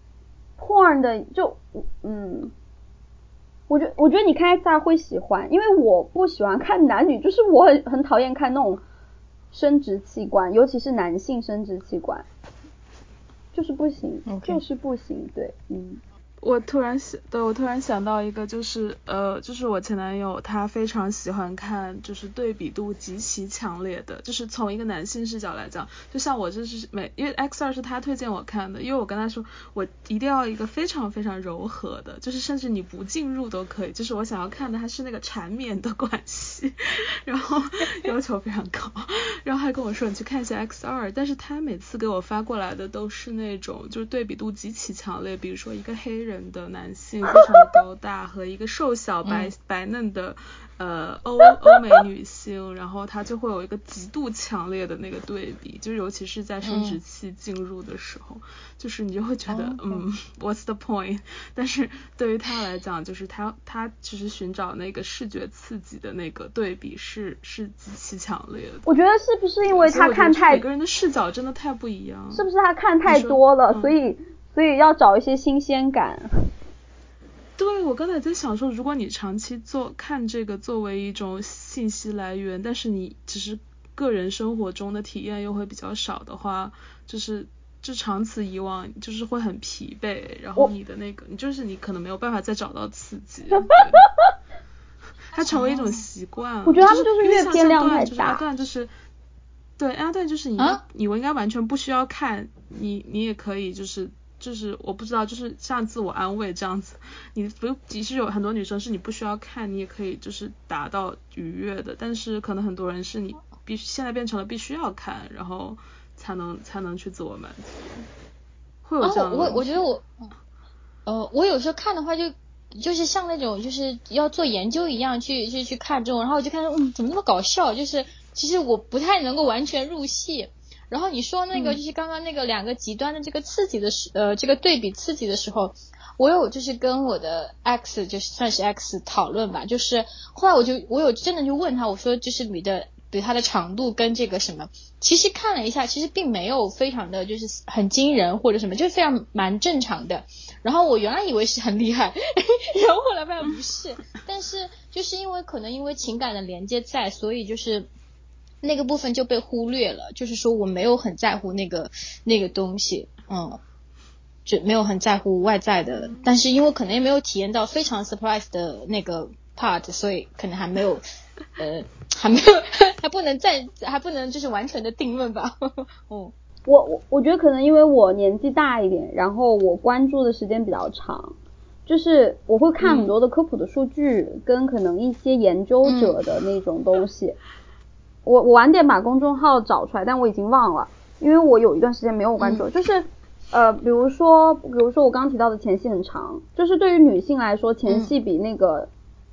porn 的就嗯。我觉我觉得你看 X R 会喜欢，因为我不喜欢看男女，就是我很很讨厌看那种生殖器官，尤其是男性生殖器官，就是不行， okay. 就是不行，对，嗯。 我突然想，对我突然想到一个，就是呃，就是我前男友他非常喜欢看，就是对比度极其强烈的，就是从一个男性视角来讲，就像我就是每，因为 X 二 是他推荐我看的，因为我跟他说我一定要一个非常非常柔和的，就是甚至你不进入都可以，就是我想要看的还是那个缠绵的关系，然后要求非常高，然后还跟我说你去看一下 X 二，但是他每次给我发过来的都是那种就是对比度极其强烈，比如说一个黑人的男性非常的高大和一个瘦小白、嗯、白嫩的呃欧欧美女性，然后他就会有一个极度强烈的那个对比，就尤其是在生殖器进入的时候、嗯、就是你就会觉得、哦、嗯 what's the point， 但是对于他来讲就是他他其实寻找那个视觉刺激的那个对比是是极其强烈的。 我觉得是不是因为他看太每个人的视角真的太不一样， 是不是他看太多了、嗯、所以所以要找一些新鲜感。 对，我刚才在想说，如果你长期做看这个作为一种信息来源，但是你只是个人生活中的体验又会比较少的话，就是就长此以往就是会很疲惫，然后你的那个你就是你可能没有办法再找到刺激。它成为一种习惯了。 我觉得他们就是阅片量太大。 就是阿段就是对阿段就是你、啊、你我应该完全不需要看，你你也可以就是就是我不知道就是像自我安慰这样子，你不即使有很多女生是你不需要看你也可以就是达到愉悦的，但是可能很多人是你必须现在变成了必须要看，然后才能才能去自我满足，会有这样的问题。 哦、我我觉得我呃我有时候看的话就就是像那种就是要做研究一样去去去看这种，然后我就看嗯怎么那么搞笑，就是其实我不太能够完全入戏。然后你说那个就是刚刚那个两个极端的这个刺激的时、嗯、呃这个对比刺激的时候，我有就是跟我的 X 就是算是 X 讨论吧，就是后来我就我有真的就问他，我说就是你的比如它的长度跟这个什么，其实看了一下其实并没有非常的就是很惊人或者什么，就是非常蛮正常的。然后我原来以为是很厉害然后后来发现不是，但是就是因为可能因为情感的连接在，所以就是那个部分就被忽略了，就是说我没有很在乎那个那个东西，嗯，就没有很在乎外在的，但是因为可能也没有体验到非常 surprise 的那个 part， 所以可能还没有呃还没有还不能再还不能就是完全的定论吧。 嗯，我我我觉得可能因为我年纪大一点，然后我关注的时间比较长，就是我会看很多的科普的数据、嗯、跟可能一些研究者的那种东西。嗯，我我晚点把公众号找出来，但我已经忘了，因为我有一段时间没有关注、嗯、就是呃比如说比如说我刚刚提到的前戏很长，就是对于女性来说前戏比那个、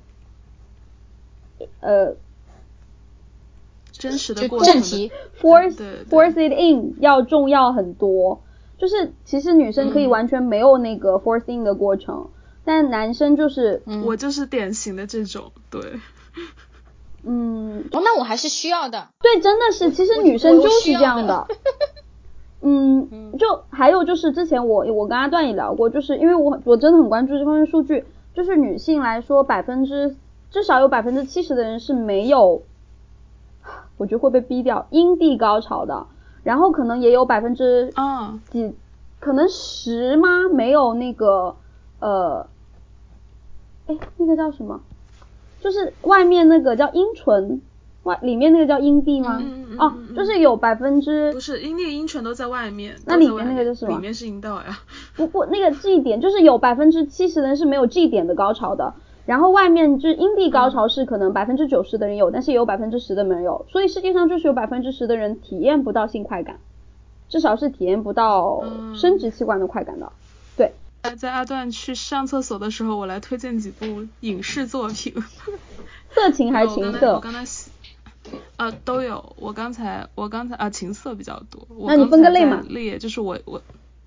嗯、呃真实的过程的 force force it in 要重要很多，就是其实女生可以完全没有那个 force in 的过程、嗯、但男生就是、 嗯、我就是典型的这种，对， 嗯， 哦，那我还是需要的。 对，真的是，其实女生就是这样的。嗯，就还有就是之前我我跟阿段也聊过，就是因为我我真的很关注这方面数据，就是女性来说百分之至少有百分之七十的人是没有，我觉得会被逼掉阴蒂高潮的，然后可能也有百分之几，可能十吗？没有那个呃，哎，那个叫什么？就是外面那个叫阴唇，外里面那个叫阴蒂吗？ 嗯嗯哦、嗯啊，就是有百分之不是阴蒂阴唇都在外面， 那里面那个就是什么？ 里面是阴道呀。 不不，那个 G 点就是有百分之七十的人是没有 G 点的高潮的，然后外面就是阴蒂高潮是可能百分之九十的人有，嗯、但是也有百分之十的没有，所以世界上就是有百分之十的人体验不到性快感，至少是体验不到生殖器官的快感的。嗯、对。 在阿段去上厕所的时候，我来推荐几部影视作品。 色情还是情色？ 我刚才呃都有。我刚才我刚才啊情色比较多。 那你分个类嘛？ 列就是我我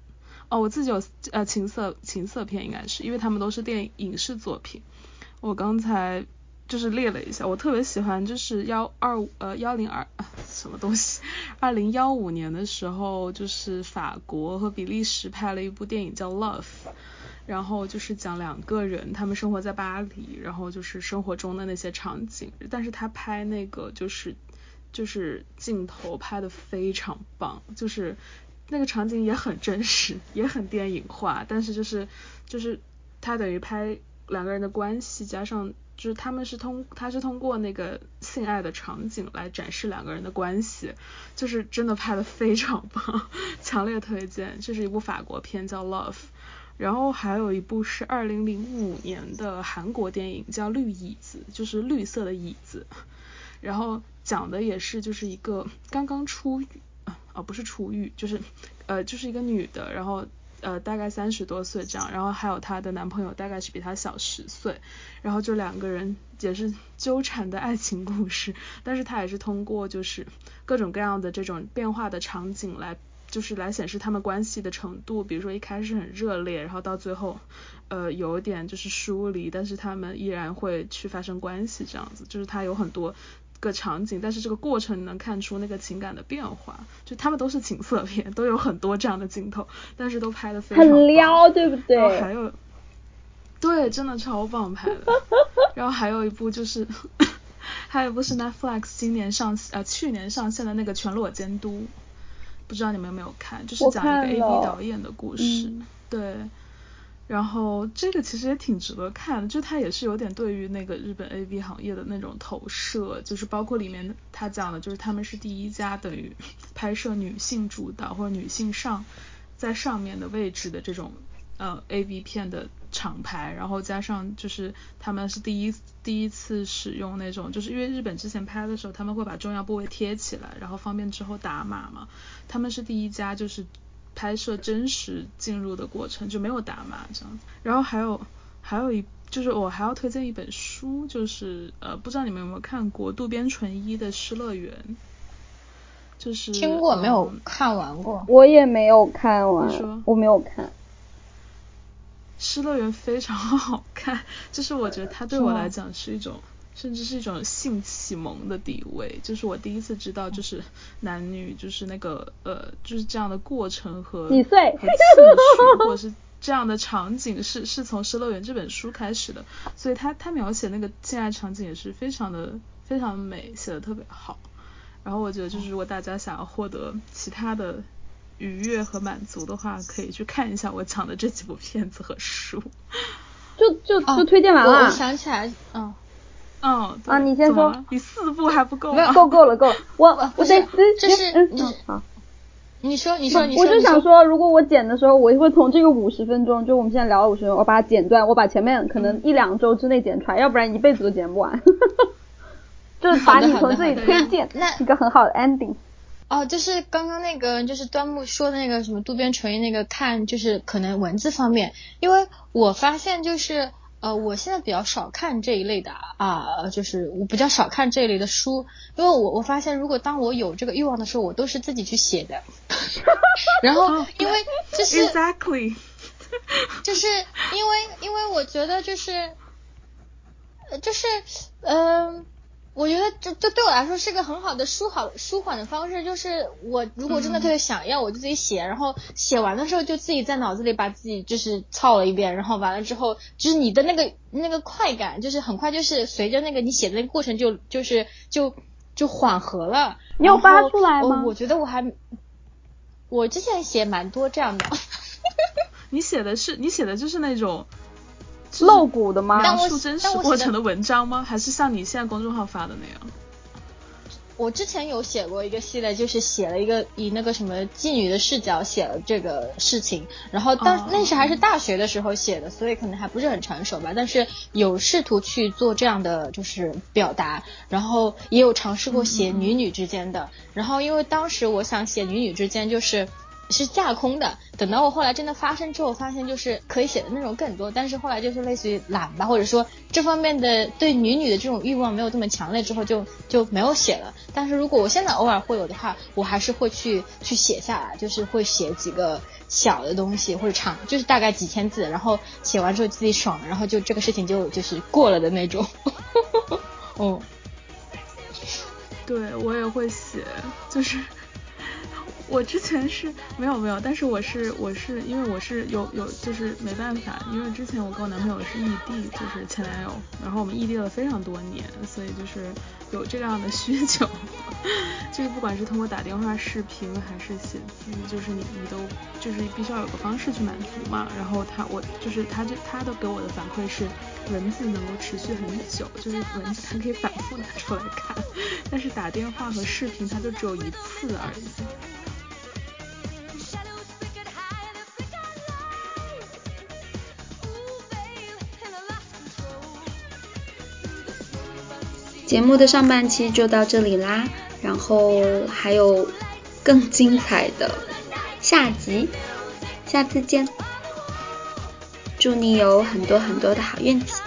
哦，我自己有呃情色情色片，应该是因为他们都是电影影视作品。我刚才就是列了一下，我特别喜欢就是幺二五呃幺零二什么东西，二零幺五年的时候，就是法国和比利时拍了一部电影叫 Love， 然后就是讲两个人他们生活在巴黎，然后就是生活中的那些场景，但是他拍那个就是就是镜头拍得非常棒，就是那个场景也很真实，也很电影化，但是就是就是他等于拍两个人的关系，加上就是他们是通他是通过那个性爱的场景来展示两个人的关系，就是真的拍得非常棒，强烈推荐。这是一部法国片叫 Love， 然后还有一部是二零零五年的韩国电影叫绿椅子，就是绿色的椅子，然后讲的也是就是一个刚刚出狱哦不是出狱就是呃就是一个女的，然后呃大概三十多岁这样，然后还有她的男朋友大概是比她小十岁，然后就两个人也是纠缠的爱情故事，但是她也是通过就是各种各样的这种变化的场景来就是来显示他们关系的程度，比如说一开始很热烈，然后到最后呃有点就是疏离，但是他们依然会去发生关系这样子，就是它有很多个场景，但是这个过程能看出那个情感的变化，就他们都是情色片，都有很多这样的镜头，但是都拍得非常棒， 很撩对不对？ 然后还有对真的超棒拍的然后还有一部就是还有一部是 Netflix 今年上呃去年上线的那个全裸监督，不知道你们有没有看，就是讲一个 A V 导演的故事、嗯、对，然后这个其实也挺值得看的，就它也是有点对于那个日本 A V 行业的那种投射，就是包括里面他讲的就是他们是第一家等于拍摄女性主导或者女性上在上面的位置的这种呃 A V 片的厂牌，然后加上就是他们是第一第一次使用那种，就是因为日本之前拍的时候他们会把重要部位贴起来，然后方便之后打码嘛，他们是第一家就是拍摄真实进入的过程，就没有打码这样。然后还有还有一就是我还要推荐一本书，就是呃不知道你们有没有看过渡边淳一的《失乐园》，就是听过、嗯、没有看完过。 我也没有看完。 你说？ 我没有看。 失乐园非常好看，就是我觉得它对我来讲是一种甚至是一种性启蒙的地位，就是我第一次知道就是男女就是那个呃就是这样的过程和几岁和次序或者是这样的场景是是从失乐园这本书开始的，所以他他描写那个性爱场景也是非常的非常美，写的特别好。然后我觉得就是如果大家想要获得其他的愉悦和满足的话，可以去看一下我讲的这几部片子和书。 就就就推荐完了、 哦、我, 我想起来嗯嗯啊你先说， 你四部还不够吗？ 够够了够了，我我得这是嗯嗯好， 你说你说你说， 我就想说如果我剪的时候，我会从这个五十分钟，就我们现在聊了五十分钟，我把它剪断，我把前面可能一两周之内剪出来、嗯、要不然一辈子都剪不完就是把你从这里推荐那一个很好的 ending。 哦，就是刚刚那个就是端木说的那个什么渡边淳一那个看就是可能文字方面，因为我发现就是呃我现在比较少看这一类的啊，就是我比较少看这一类的书，因为我我发现如果当我有这个欲望的时候，我都是自己去写的然后因为就是 exactly 就是因为因为我觉得就是就是嗯。呃我觉得这这对我来说是个很好的舒好舒缓的方式，就是我如果真的特别想要，嗯、我就自己写，然后写完的时候就自己在脑子里把自己就是操了一遍，然后完了之后，就是你的那个那个快感，就是很快就是随着那个你写的那个过程就就是就就缓和了。 你有发出来吗？ 我我觉得我还我之前写蛮多这样的。 你写的是你写的就是那种。 露骨的吗？ 描述真实过程的文章吗？还是像你现在公众号发的那样？ 我之前有写过一个系列，就是写了一个以那个什么妓女的视角写了这个事情，然后当、oh. 那时还是大学的时候写的，所以可能还不是很成熟吧，但是有试图去做这样的就是表达，然后也有尝试过写女女之间的，嗯嗯然后因为当时我想写女女之间就是是架空的，等到我后来真的发生之后，发现就是可以写的内容更多，但是后来就是类似于懒吧，或者说这方面的对女女的这种欲望没有这么强烈之后就就没有写了。但是如果我现在偶尔会有的话，我还是会去去写下来，就是会写几个小的东西或者长，就是大概几千字，然后写完之后自己爽了，然后就这个事情就就是过了的那种。哦， 对，我也会写，就是我之前是没有没有，但是我是我是因为我是有有就是没办法，因为之前我跟我男朋友是异地，就是前男友，然后我们异地了非常多年，所以就是有这样的需求，就是不管是通过打电话、视频还是写字，就是你你都就是必须要有个方式去满足嘛。然后他我就是他就他的给我的反馈是文字能够持续很久，就是文字它可以反复拿出来看，但是打电话和视频它就只有一次而已。 节目的上半期就到这里啦，然后还有更精彩的下集，下次见，祝你有很多很多的好运气。